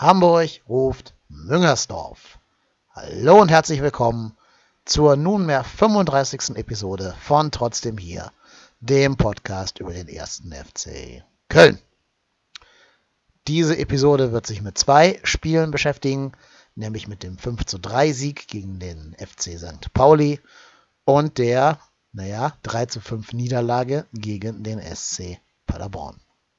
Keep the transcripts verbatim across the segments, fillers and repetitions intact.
Hamburg ruft Müngersdorf. Hallo und herzlich willkommen zur nunmehr fünfunddreißigsten Episode von Trotzdem hier, dem Podcast über den ersten F C Köln. Diese Episode wird sich mit zwei Spielen beschäftigen, nämlich mit dem fünf zu drei Sieg gegen den F C Sankt Pauli und der, naja, drei zu fünf Niederlage gegen den S C Paderborn.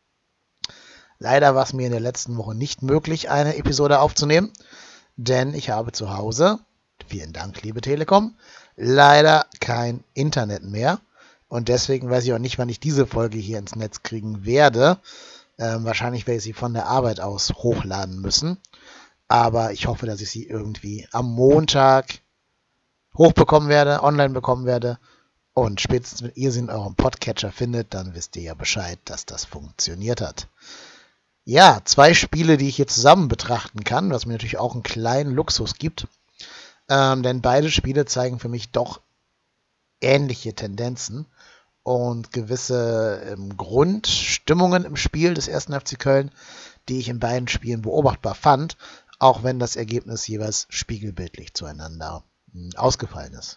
Leider war es mir in der letzten Woche nicht möglich, eine Episode aufzunehmen, denn ich habe zu Hause, vielen Dank, liebe Telekom, leider kein Internet mehr. Und deswegen weiß ich auch nicht, wann ich diese Folge hier ins Netz kriegen werde. Ähm, wahrscheinlich werde ich sie von der Arbeit aus hochladen müssen. Aber ich hoffe, dass ich sie irgendwie am Montag hochbekommen werde, online bekommen werde. Und spätestens, wenn ihr sie in eurem Podcatcher findet, dann wisst ihr ja Bescheid, dass das funktioniert hat. Ja, zwei Spiele, die ich hier zusammen betrachten kann, was mir natürlich auch einen kleinen Luxus gibt. Ähm, denn beide Spiele zeigen für mich doch ähnliche Tendenzen und gewisse ähm, Grundstimmungen im Spiel des ersten F C Köln, die ich in beiden Spielen beobachtbar fand, auch wenn das Ergebnis jeweils spiegelbildlich zueinander mh, ausgefallen ist.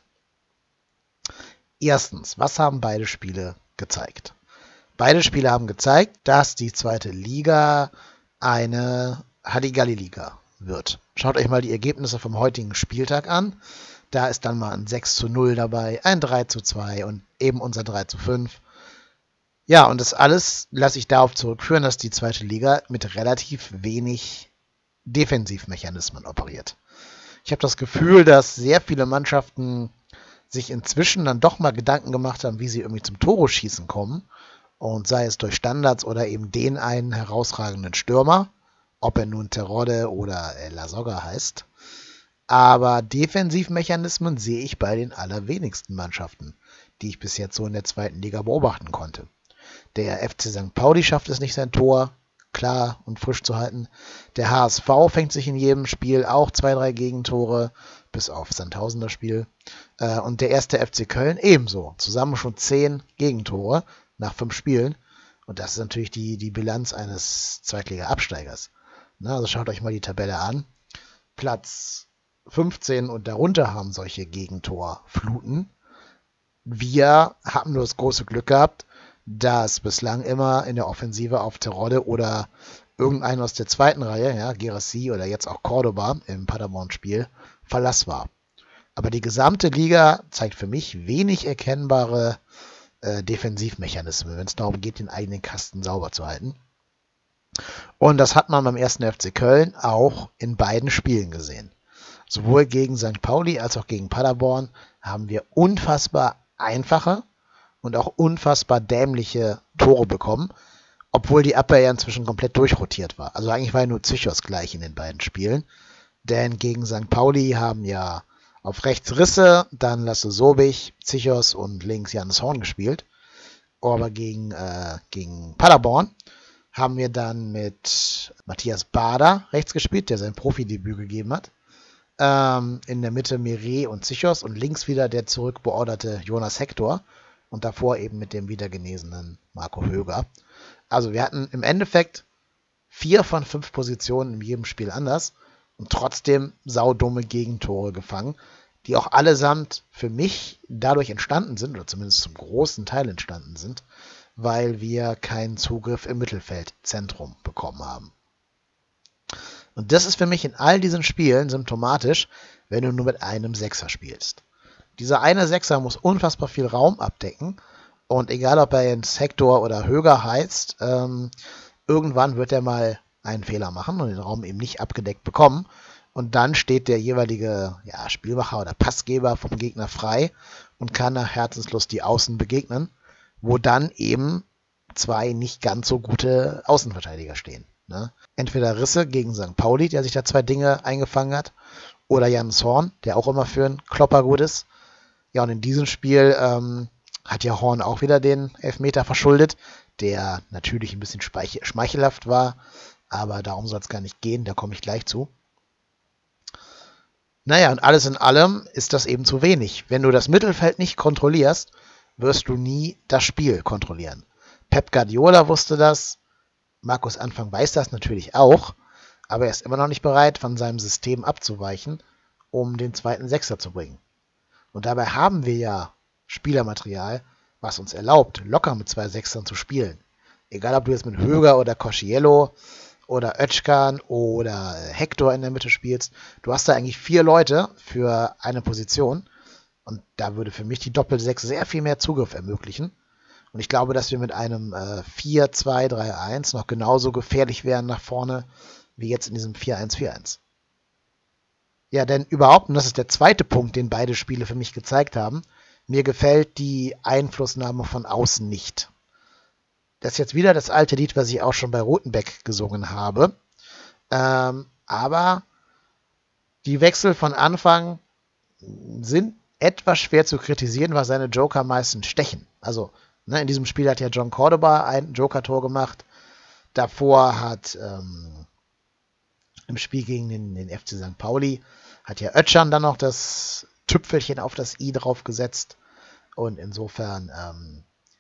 Erstens, was haben beide Spiele gezeigt? Beide Spiele haben gezeigt, dass die zweite Liga eine Halligalli-Liga wird. Schaut euch mal die Ergebnisse vom heutigen Spieltag an. Da ist dann mal ein sechs zu null dabei, ein drei zu zwei und eben unser drei zu fünf. Ja, und das alles lasse ich darauf zurückführen, dass die zweite Liga mit relativ wenig Defensivmechanismen operiert. Ich habe das Gefühl, dass sehr viele Mannschaften sich inzwischen dann doch mal Gedanken gemacht haben, wie sie irgendwie zum Tore-Schießen kommen. Und sei es durch Standards oder eben den einen herausragenden Stürmer, ob er nun Terodde oder La Soga heißt. Aber Defensivmechanismen sehe ich bei den allerwenigsten Mannschaften, die ich bis jetzt so in der zweiten Liga beobachten konnte. Der F C Sankt Pauli schafft es nicht, sein Tor klar und frisch zu halten. Der H S V fängt sich in jedem Spiel auch zwei, drei Gegentore, bis auf Sandhausen das Spiel. Und der erste F C Köln ebenso. Zusammen schon zehn Gegentore nach fünf Spielen. Und das ist natürlich die, die Bilanz eines Zweitliga-Absteigers. Na, also schaut euch mal die Tabelle an. Platz fünfzehn und darunter haben solche Gegentorfluten. Wir haben nur das große Glück gehabt, dass bislang immer in der Offensive auf Terodde oder irgendeinen aus der zweiten Reihe, ja, Guirassy oder jetzt auch Cordoba im Paderborn-Spiel, Verlass war. Aber die gesamte Liga zeigt für mich wenig erkennbare äh, Defensivmechanismen, wenn es darum geht, den eigenen Kasten sauber zu halten. Und das hat man beim ersten F C Köln auch in beiden Spielen gesehen. Sowohl gegen Sankt Pauli als auch gegen Paderborn haben wir unfassbar einfache und auch unfassbar dämliche Tore bekommen, obwohl die Abwehr ja inzwischen komplett durchrotiert war. Also eigentlich war ja nur Zichos gleich in den beiden Spielen. Denn gegen Sankt Pauli haben ja auf rechts Risse, dann Lasse Sobich, Zichos und links Jannis Horn gespielt. Aber gegen, äh, gegen Paderborn haben wir dann mit Matthias Bader rechts gespielt, der sein Profidebüt gegeben hat. Ähm, in der Mitte Mire und Zichos und links wieder der zurückbeorderte Jonas Hector und davor eben mit dem wiedergenesenen Marco Höger. Also wir hatten im Endeffekt vier von fünf Positionen in jedem Spiel anders und trotzdem saudumme Gegentore gefangen, die auch allesamt für mich dadurch entstanden sind, oder zumindest zum großen Teil entstanden sind, weil wir keinen Zugriff im Mittelfeldzentrum bekommen haben. Und das ist für mich in all diesen Spielen symptomatisch, wenn du nur mit einem Sechser spielst. Dieser eine Sechser muss unfassbar viel Raum abdecken und egal, ob er jetzt Hector oder Höger heißt, ähm, irgendwann wird er mal einen Fehler machen und den Raum eben nicht abgedeckt bekommen. Und dann steht der jeweilige ja, Spielmacher oder Passgeber vom Gegner frei und kann nach Herzenslust die Außen begegnen, wo dann eben zwei nicht ganz so gute Außenverteidiger stehen. Ne? Entweder Risse gegen Sankt Pauli, der sich da zwei Dinge eingefangen hat, oder Jannis Horn, der auch immer für einen Klopper gut ist. Ja, und in diesem Spiel ähm, hat ja Horn auch wieder den Elfmeter verschuldet, der natürlich ein bisschen schmeichelhaft war, aber darum soll es gar nicht gehen, da komme ich gleich zu. Naja, und alles in allem ist das eben zu wenig. Wenn du das Mittelfeld nicht kontrollierst, wirst du nie das Spiel kontrollieren. Pep Guardiola wusste das, Markus Anfang weiß das natürlich auch, aber er ist immer noch nicht bereit, von seinem System abzuweichen, um den zweiten Sechser zu bringen. Und dabei haben wir ja Spielermaterial, was uns erlaubt, locker mit zwei Sechsern zu spielen. Egal, ob du jetzt mit Höger oder Kosciello oder Özcan oder Hector in der Mitte spielst. Du hast da eigentlich vier Leute für eine Position. Und da würde für mich die Doppel-Sechs sehr viel mehr Zugriff ermöglichen. Und ich glaube, dass wir mit einem äh, vier zwei drei eins noch genauso gefährlich wären nach vorne, wie jetzt in diesem vier eins vier eins. Ja, denn überhaupt, und das ist der zweite Punkt, den beide Spiele für mich gezeigt haben, mir gefällt die Einflussnahme von außen nicht. Das ist jetzt wieder das alte Lied, was ich auch schon bei Rothenbeck gesungen habe. Ähm, aber die Wechsel von Anfang sind etwas schwer zu kritisieren, weil seine Joker meistens stechen. Also, ne, in diesem Spiel hat ja John Cordoba ein Joker-Tor gemacht. Davor hat ähm, im Spiel gegen den, den F C Sankt Pauli hat ja Özcan dann noch das Tüpfelchen auf das I drauf gesetzt. Und insofern ähm,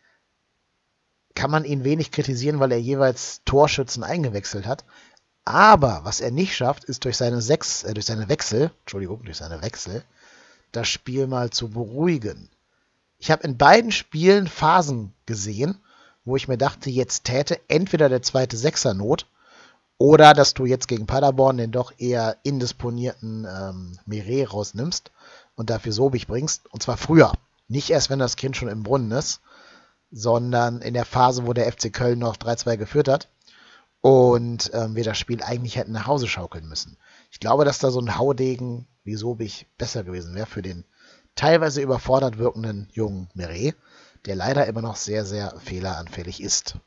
kann man ihn wenig kritisieren, weil er jeweils Torschützen eingewechselt hat. Aber was er nicht schafft, ist durch seine sechs, äh, durch seine Wechsel, Entschuldigung, durch seine Wechsel, das Spiel mal zu beruhigen. Ich habe in beiden Spielen Phasen gesehen, wo ich mir dachte, jetzt täte entweder der zweite Sechser Not oder dass du jetzt gegen Paderborn den doch eher indisponierten ähm, Meret rausnimmst und dafür Sobich bringst. Und zwar früher. Nicht erst, wenn das Kind schon im Brunnen ist, sondern in der Phase, wo der F C Köln noch drei zwei geführt hat und ähm, wir das Spiel eigentlich hätten nach Hause schaukeln müssen. Ich glaube, dass da so ein Haudegen wie Sobich besser gewesen wäre für den teilweise überfordert wirkenden jungen Meret, der leider immer noch sehr, sehr fehleranfällig ist.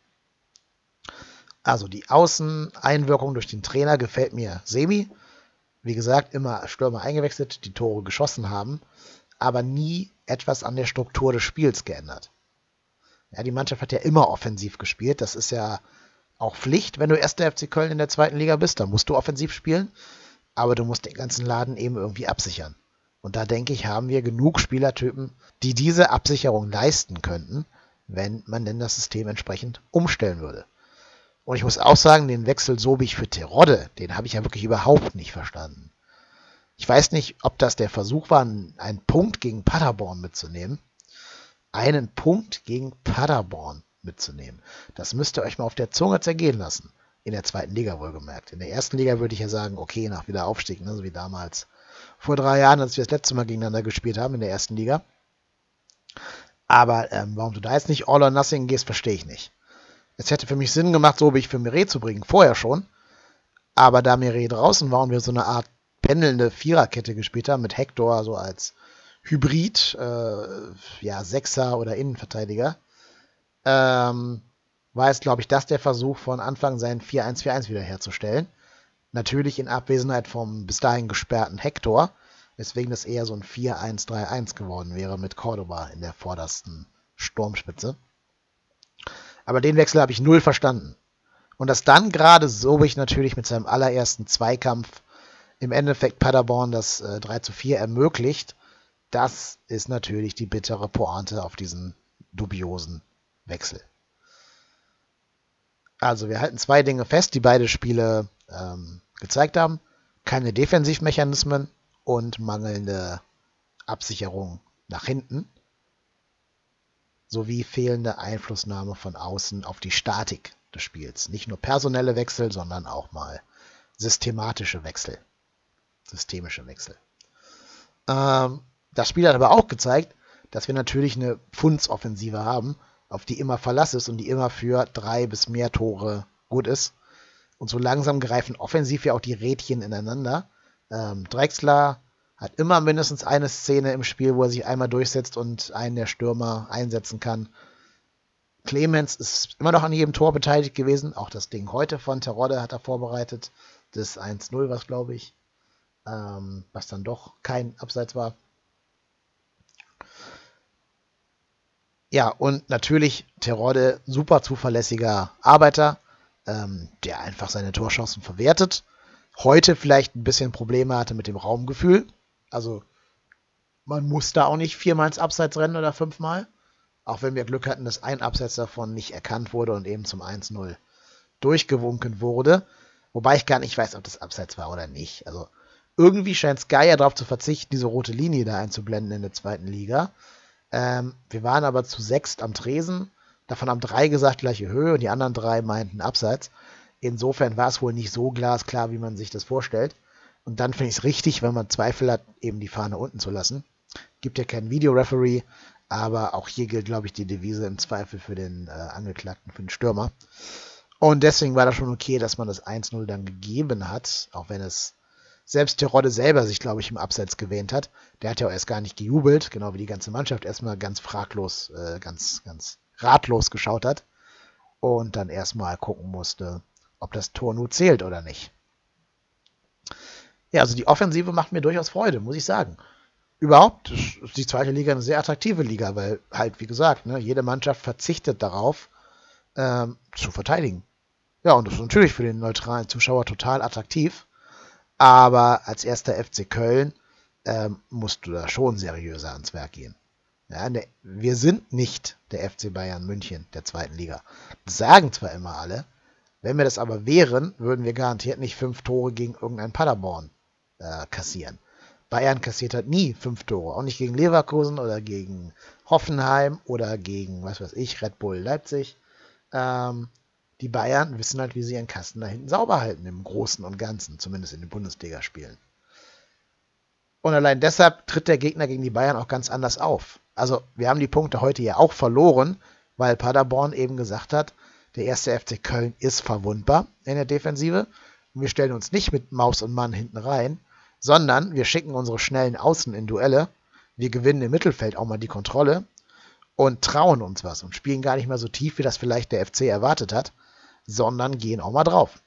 Also die Außeneinwirkung durch den Trainer gefällt mir semi. Wie gesagt, immer Stürmer eingewechselt, die Tore geschossen haben, aber nie etwas an der Struktur des Spiels geändert. Ja, die Mannschaft hat ja immer offensiv gespielt. Das ist ja auch Pflicht, wenn du erster F C Köln in der zweiten Liga bist. Dann musst du offensiv spielen, aber du musst den ganzen Laden eben irgendwie absichern. Und da denke ich, haben wir genug Spielertypen, die diese Absicherung leisten könnten, wenn man denn das System entsprechend umstellen würde. Und ich muss auch sagen, den Wechsel Sobich für Terodde, den habe ich ja wirklich überhaupt nicht verstanden. Ich weiß nicht, ob das der Versuch war, einen Punkt gegen Paderborn mitzunehmen. Einen Punkt gegen Paderborn mitzunehmen. Das müsst ihr euch mal auf der Zunge zergehen lassen. In der zweiten Liga wohlgemerkt. In der ersten Liga würde ich ja sagen, okay, nach Wiederaufstieg, ne, so wie damals. Vor drei Jahren, als wir das letzte Mal gegeneinander gespielt haben in der ersten Liga. Aber ähm, warum du da jetzt nicht All or Nothing gehst, verstehe ich nicht. Es hätte für mich Sinn gemacht, Sobich für Meret zu bringen, vorher schon. Aber da Meret draußen war und wir so eine Art pendelnde Viererkette gespielt haben, mit Hector so als Hybrid, äh, ja, Sechser oder Innenverteidiger, ähm, war es, glaube ich, das der Versuch, von Anfang seinen vier eins vier eins wiederherzustellen. Natürlich in Abwesenheit vom bis dahin gesperrten Hector, weswegen das eher so ein vier eins drei eins geworden wäre mit Cordoba in der vordersten Sturmspitze. Aber den Wechsel habe ich null verstanden. Und dass dann gerade Sobich natürlich mit seinem allerersten Zweikampf im Endeffekt Paderborn das äh, drei zu vier ermöglicht, das ist natürlich die bittere Pointe auf diesen dubiosen Wechsel. Also wir halten zwei Dinge fest, die beide Spiele ähm, gezeigt haben. Keine Defensivmechanismen und mangelnde Absicherung nach hinten. Sowie fehlende Einflussnahme von außen auf die Statik des Spiels. Nicht nur personelle Wechsel, sondern auch mal systematische Wechsel. Systemische Wechsel. Ähm, das Spiel hat aber auch gezeigt, dass wir natürlich eine Pfundsoffensive haben, auf die immer Verlass ist und die immer für drei bis mehr Tore gut ist. Und so langsam greifen offensiv ja auch die Rädchen ineinander. Ähm, Drexler hat immer mindestens eine Szene im Spiel, wo er sich einmal durchsetzt und einen der Stürmer einsetzen kann. Clemens ist immer noch an jedem Tor beteiligt gewesen. Auch das Ding heute von Terodde hat er vorbereitet. Das eins null was, glaube ich. Ähm, was dann doch kein Abseits war. Ja, und natürlich Terodde, super zuverlässiger Arbeiter, ähm, der einfach seine Torchancen verwertet. Heute vielleicht ein bisschen Probleme hatte mit dem Raumgefühl. Also man muss da auch nicht viermal ins Abseits rennen oder fünfmal. Auch wenn wir Glück hatten, dass ein Abseits davon nicht erkannt wurde und eben zum eins null durchgewunken wurde. Wobei ich gar nicht weiß, ob das Abseits war oder nicht. Also irgendwie scheint Sky ja darauf zu verzichten, diese rote Linie da einzublenden in der zweiten Liga. Ähm, wir waren aber zu sechst am Tresen. Davon haben drei gesagt, gleiche Höhe und die anderen drei meinten Abseits. Insofern war es wohl nicht so glasklar, wie man sich das vorstellt. Und dann finde ich es richtig, wenn man Zweifel hat, eben die Fahne unten zu lassen. Gibt ja keinen Videoreferee, aber auch hier gilt, glaube ich, die Devise im Zweifel für den äh, Angeklagten, für den Stürmer. Und deswegen war das schon okay, dass man das eins null dann gegeben hat, auch wenn es selbst Terodde selber sich, glaube ich, im Abseits gewähnt hat. Der hat ja auch erst gar nicht gejubelt, genau wie die ganze Mannschaft erstmal ganz fraglos, äh, ganz, ganz ratlos geschaut hat und dann erstmal gucken musste, ob das Tor nur zählt oder nicht. Ja, also die Offensive macht mir durchaus Freude, muss ich sagen. Überhaupt ist die zweite Liga eine sehr attraktive Liga, weil halt, wie gesagt, ne, jede Mannschaft verzichtet darauf, ähm, zu verteidigen. Ja, und das ist natürlich für den neutralen Zuschauer total attraktiv. Aber als erster F C Köln ähm, musst du da schon seriöser ans Werk gehen. Ja, ne, wir sind nicht der F C Bayern München der zweiten Liga. Das sagen zwar immer alle, wenn wir das aber wären, würden wir garantiert nicht fünf Tore gegen irgendein Paderborn äh, kassieren. Bayern kassiert halt nie fünf Tore. Auch nicht gegen Leverkusen oder gegen Hoffenheim oder gegen, was weiß ich, Red Bull Leipzig. Ähm, die Bayern wissen halt, wie sie ihren Kasten da hinten sauber halten, im Großen und Ganzen, zumindest in den Bundesligaspielen. Und allein deshalb tritt der Gegner gegen die Bayern auch ganz anders auf. Also wir haben die Punkte heute ja auch verloren, weil Paderborn eben gesagt hat, der erste F C Köln ist verwundbar in der Defensive. Und wir stellen uns nicht mit Maus und Mann hinten rein, sondern wir schicken unsere schnellen Außen in Duelle. Wir gewinnen im Mittelfeld auch mal die Kontrolle und trauen uns was und spielen gar nicht mehr so tief, wie das vielleicht der F C erwartet hat, sondern gehen auch mal drauf.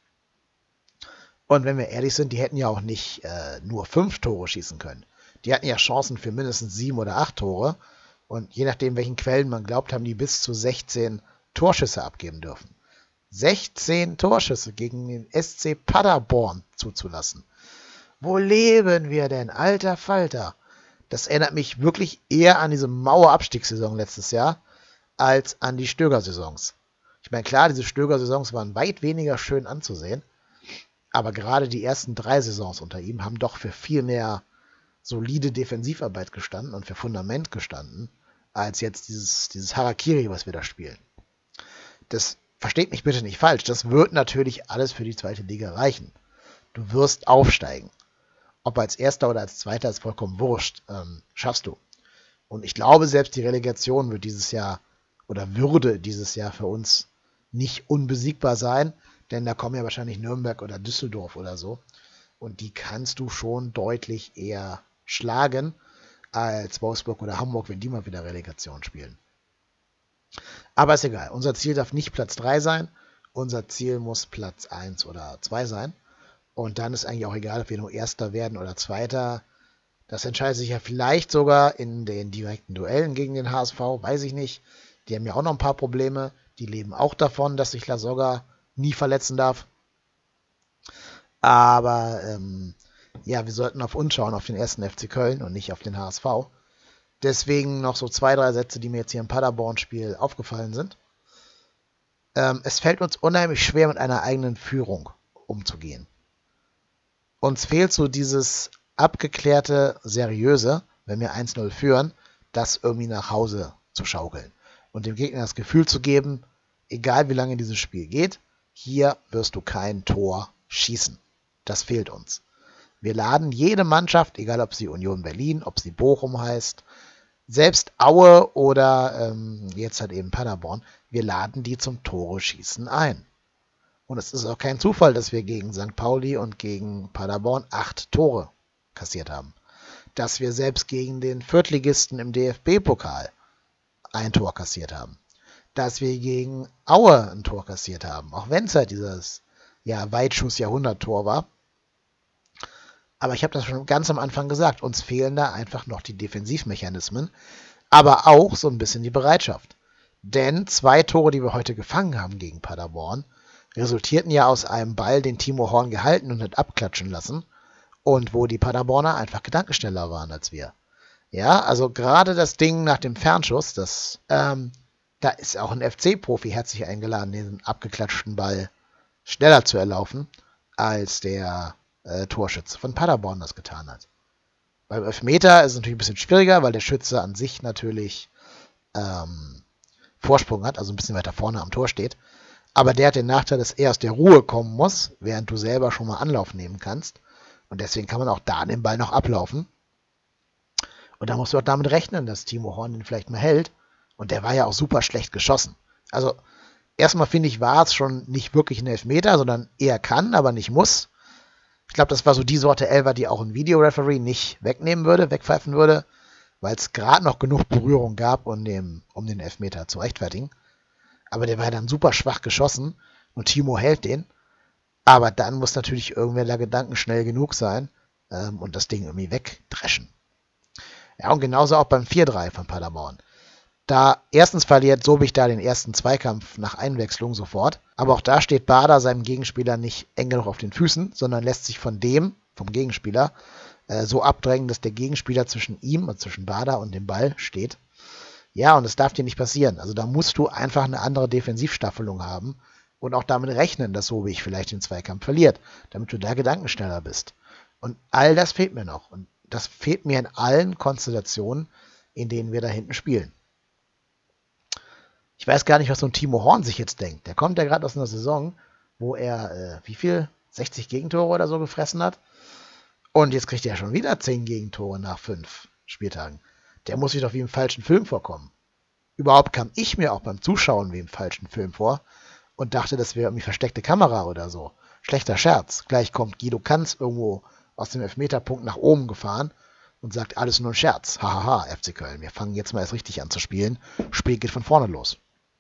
Und wenn wir ehrlich sind, die hätten ja auch nicht äh, nur fünf Tore schießen können. Die hatten ja Chancen für mindestens sieben oder acht Tore. Und je nachdem, welchen Quellen man glaubt, haben die bis zu sechzehn Torschüsse abgeben dürfen. sechzehn Torschüsse gegen den S C Paderborn zuzulassen. Wo leben wir denn, alter Falter? Das erinnert mich wirklich eher an diese Mauerabstiegssaison letztes Jahr als an die Stöger-Saisons. Ich meine, klar, diese Stöger-Saisons waren weit weniger schön anzusehen, aber gerade die ersten drei Saisons unter ihm haben doch für viel mehr solide Defensivarbeit gestanden und für Fundament gestanden, als jetzt dieses, dieses Harakiri, was wir da spielen. Das versteht mich bitte nicht falsch, das wird natürlich alles für die zweite Liga reichen. Du wirst aufsteigen. Ob als Erster oder als Zweiter ist vollkommen wurscht. Ähm, schaffst du. Und ich glaube, selbst die Relegation wird dieses Jahr oder würde dieses Jahr für uns nicht unbesiegbar sein, denn da kommen ja wahrscheinlich Nürnberg oder Düsseldorf oder so. Und die kannst du schon deutlich eher schlagen als Wolfsburg oder Hamburg, wenn die mal wieder Relegation spielen. Aber ist egal. Unser Ziel darf nicht Platz drei sein. Unser Ziel muss Platz eins oder zwei sein. Und dann ist eigentlich auch egal, ob wir nur Erster werden oder Zweiter. Das entscheidet sich ja vielleicht sogar in den direkten Duellen gegen den H S V, weiß ich nicht. Die haben ja auch noch ein paar Probleme. Die leben auch davon, dass sich Lasogga nie verletzen darf. Aber ähm, ja, wir sollten auf uns schauen, auf den ersten F C Köln und nicht auf den H S V. Deswegen noch so zwei, drei Sätze, die mir jetzt hier im Paderborn-Spiel aufgefallen sind. Ähm, es fällt uns unheimlich schwer, mit einer eigenen Führung umzugehen. Uns fehlt so dieses abgeklärte, seriöse, wenn wir eins null führen, das irgendwie nach Hause zu schaukeln. Und dem Gegner das Gefühl zu geben, egal wie lange dieses Spiel geht, hier wirst du kein Tor schießen. Das fehlt uns. Wir laden jede Mannschaft, egal ob sie Union Berlin, ob sie Bochum heißt, selbst Aue oder ähm, jetzt halt eben Paderborn, wir laden die zum Tore schießen ein. Und es ist auch kein Zufall, dass wir gegen Sankt Pauli und gegen Paderborn acht Tore kassiert haben. Dass wir selbst gegen den Viertligisten im D F B-Pokal ein Tor kassiert haben. Dass wir gegen Aue ein Tor kassiert haben, auch wenn es halt dieses ja, Weitschuss-Jahrhundert-Tor war. Aber ich habe das schon ganz am Anfang gesagt, uns fehlen da einfach noch die Defensivmechanismen, aber auch so ein bisschen die Bereitschaft. Denn zwei Tore, die wir heute gefangen haben gegen Paderborn, resultierten ja aus einem Ball, den Timo Horn gehalten und hat abklatschen lassen und wo die Paderborner einfach gedankenschneller waren als wir. Ja, also gerade das Ding nach dem Fernschuss, das, ähm, da ist auch ein F C-Profi herzlich eingeladen, diesen abgeklatschten Ball schneller zu erlaufen. als der äh, Torschütze von Paderborn das getan hat. Beim Elfmeter ist es natürlich ein bisschen schwieriger, weil der Schütze an sich natürlich ähm, Vorsprung hat, also ein bisschen weiter vorne am Tor steht. Aber der hat den Nachteil, dass er aus der Ruhe kommen muss, während du selber schon mal Anlauf nehmen kannst. Und deswegen kann man auch da den Ball noch ablaufen. Und da musst du auch damit rechnen, dass Timo Horn den vielleicht mal hält. Und der war ja auch super schlecht geschossen. Also erstmal finde ich, war es schon nicht wirklich ein Elfmeter, sondern eher kann, aber nicht muss. Ich glaube, das war so die Sorte Elfer, die auch ein Videoreferee nicht wegnehmen würde, wegpfeifen würde, weil es gerade noch genug Berührung gab, um, dem, um den Elfmeter zu rechtfertigen. Aber der war dann super schwach geschossen und Timo hält den. Aber dann muss natürlich irgendwer der Gedanken schnell genug sein ähm, und das Ding irgendwie wegdreschen. Ja, und genauso auch beim vier drei von Paderborn. Da erstens verliert Sobich da den ersten Zweikampf nach Einwechslung sofort. Aber auch da steht Bader seinem Gegenspieler nicht eng genug auf den Füßen, sondern lässt sich von dem, vom Gegenspieler, äh, so abdrängen, dass der Gegenspieler zwischen ihm, also zwischen Bader und dem Ball steht. Ja, und das darf dir nicht passieren. Also da musst du einfach eine andere Defensivstaffelung haben und auch damit rechnen, dass Sobich vielleicht den Zweikampf verliert, damit du da gedankenschneller bist. Und all das fehlt mir noch. Und das fehlt mir in allen Konstellationen, in denen wir da hinten spielen. Ich weiß gar nicht, was so ein Timo Horn sich jetzt denkt. Der kommt ja gerade aus einer Saison, wo er, äh, wie viel? sechzig Gegentore oder so gefressen hat. Und jetzt kriegt er schon wieder zehn Gegentore nach fünf Spieltagen. Der muss sich doch wie im falschen Film vorkommen. Überhaupt kam ich mir auch beim Zuschauen wie im falschen Film vor und dachte, das wäre irgendwie versteckte Kamera oder so. Schlechter Scherz. Gleich kommt Guido Kanz irgendwo aus dem Elfmeterpunkt nach oben gefahren und sagt, alles nur ein Scherz. Hahaha, F C Köln, wir fangen jetzt mal erst richtig an zu spielen. Spiel geht von vorne los.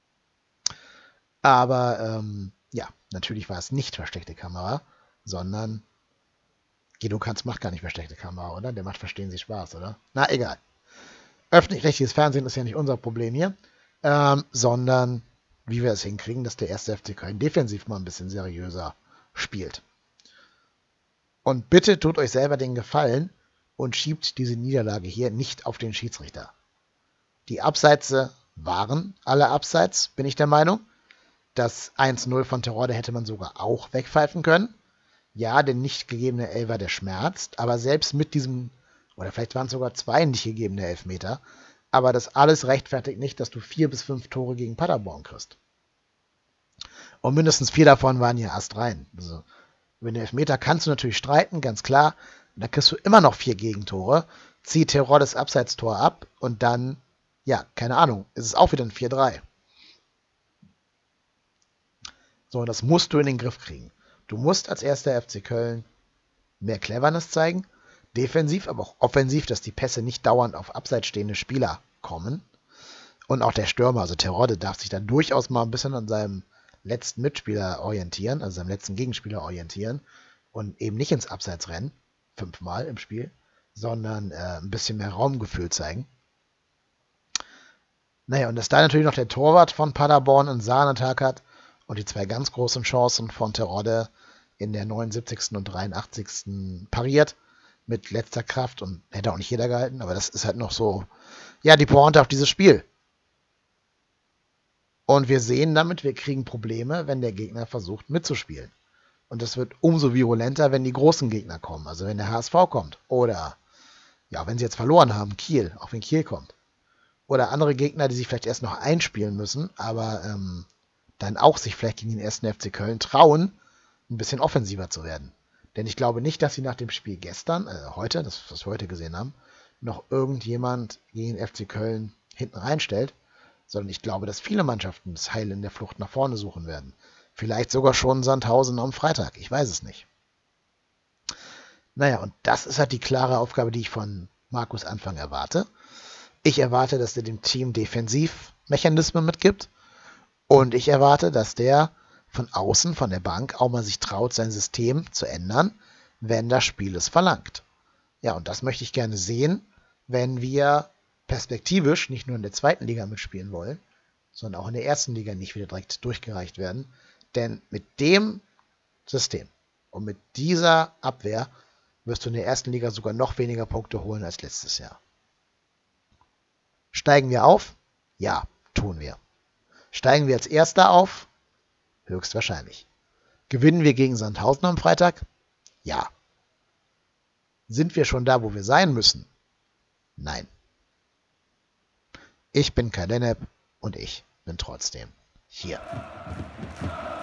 Aber ähm, ja, natürlich war es nicht versteckte Kamera, sondern Guido Kanz macht gar nicht versteckte Kamera, oder? Der macht Verstehen Sie Spaß, oder? Na, egal. Öffentlich-rechtliches Fernsehen ist ja nicht unser Problem hier, ähm, sondern wie wir es hinkriegen, dass der erste F C Köln defensiv mal ein bisschen seriöser spielt. Und bitte tut euch selber den Gefallen und schiebt diese Niederlage hier nicht auf den Schiedsrichter. Die Abseitse waren alle abseits, bin ich der Meinung. Das eins null von Terodde hätte man sogar auch wegpfeifen können. Ja, der nicht gegebene Elfer, der schmerzt, aber selbst mit diesem, oder vielleicht waren es sogar zwei nicht gegebene Elfmeter, aber das alles rechtfertigt nicht, dass du vier bis fünf Tore gegen Paderborn kriegst. Und mindestens vier davon waren ja erst rein. Also, über den Elfmeter kannst du natürlich streiten, ganz klar. Da kriegst du immer noch vier Gegentore, zieh Teroddes Abseitstor ab und dann, ja, keine Ahnung, ist es auch wieder ein vier drei. So, das musst du in den Griff kriegen. Du musst als erster F C Köln mehr Cleverness zeigen, defensiv, aber auch offensiv, dass die Pässe nicht dauernd auf abseits stehende Spieler kommen. Und auch der Stürmer, also Terodde, darf sich dann durchaus mal ein bisschen an seinem letzten Mitspieler orientieren, also seinem letzten Gegenspieler orientieren und eben nicht ins Abseits rennen, fünfmal im Spiel, sondern äh, ein bisschen mehr Raumgefühl zeigen. Naja, und dass da natürlich noch der Torwart von Paderborn einen Sahnetag hat und die zwei ganz großen Chancen von Terodde in der neunundsiebzigsten und dreiundachtzigsten pariert mit letzter Kraft und hätte auch nicht jeder gehalten, aber das ist halt noch so, ja, die Pointe auf dieses Spiel. Und wir sehen damit, wir kriegen Probleme, wenn der Gegner versucht mitzuspielen. Und das wird umso virulenter, wenn die großen Gegner kommen, also wenn der H S V kommt oder, ja, wenn sie jetzt verloren haben, Kiel, auch wenn Kiel kommt. Oder andere Gegner, die sich vielleicht erst noch einspielen müssen, aber ähm, dann auch sich vielleicht gegen den ersten F C Köln trauen, ein bisschen offensiver zu werden. Denn ich glaube nicht, dass sie nach dem Spiel gestern, äh, heute, das, was wir heute gesehen haben, noch irgendjemand gegen den F C Köln hinten reinstellt, sondern ich glaube, dass viele Mannschaften das Heil in der Flucht nach vorne suchen werden. Vielleicht sogar schon Sandhausen am Freitag, ich weiß es nicht. Naja, und das ist halt die klare Aufgabe, die ich von Markus Anfang erwarte. Ich erwarte, dass er dem Team Defensivmechanismen mitgibt und ich erwarte, dass der von außen, von der Bank, auch mal sich traut, sein System zu ändern, wenn das Spiel es verlangt. Ja, und das möchte ich gerne sehen, wenn wir perspektivisch nicht nur in der zweiten Liga mitspielen wollen, sondern auch in der ersten Liga nicht wieder direkt durchgereicht werden. Denn mit dem System und mit dieser Abwehr wirst du in der ersten Liga sogar noch weniger Punkte holen als letztes Jahr. Steigen wir auf? Ja, tun wir. Steigen wir als Erster auf? Höchstwahrscheinlich. Gewinnen wir gegen Sandhausen am Freitag? Ja. Sind wir schon da, wo wir sein müssen? Nein. Ich bin Kai Lennep und ich bin trotzdem hier.